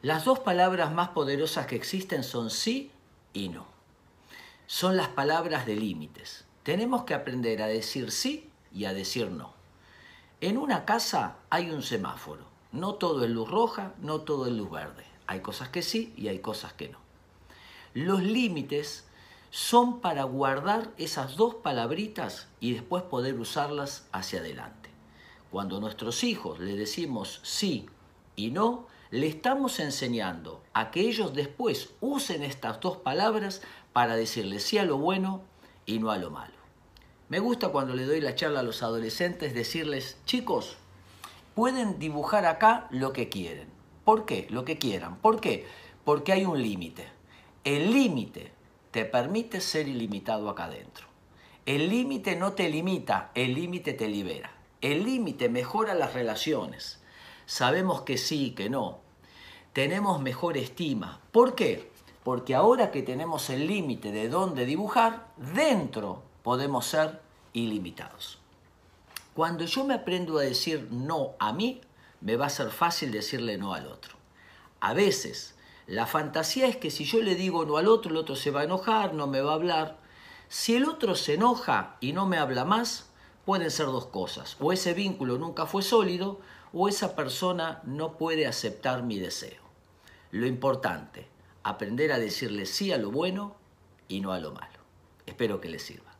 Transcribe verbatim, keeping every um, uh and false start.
Las dos palabras más poderosas que existen son sí y no. Son las palabras de límites. Tenemos que aprender a decir sí y a decir no. En una casa hay un semáforo. No todo es luz roja, no todo es luz verde. Hay cosas que sí y hay cosas que no. Los límites son para guardar esas dos palabritas y después poder usarlas hacia adelante. Cuando a nuestros hijos les decimos sí y no, le estamos enseñando a que ellos después usen estas dos palabras para decirles sí a lo bueno y no a lo malo. Me gusta cuando le doy la charla a los adolescentes decirles, chicos, pueden dibujar acá lo que quieren. ¿Por qué? Lo que quieran. ¿Por qué? Porque hay un límite. El límite te permite ser ilimitado acá adentro. El límite no te limita, el límite te libera. El límite mejora las relaciones. Sabemos que sí, que no. Tenemos mejor estima. ¿Por qué? Porque ahora que tenemos el límite de dónde dibujar, dentro podemos ser ilimitados. Cuando yo me aprendo a decir no a mí, me va a ser fácil decirle no al otro. A veces, la fantasía es que si yo le digo no al otro, el otro se va a enojar, no me va a hablar. Si el otro se enoja y no me habla más, pueden ser dos cosas. O ese vínculo nunca fue sólido, o esa persona no puede aceptar mi deseo. Lo importante, aprender a decirle sí a lo bueno y no a lo malo. Espero que les sirva.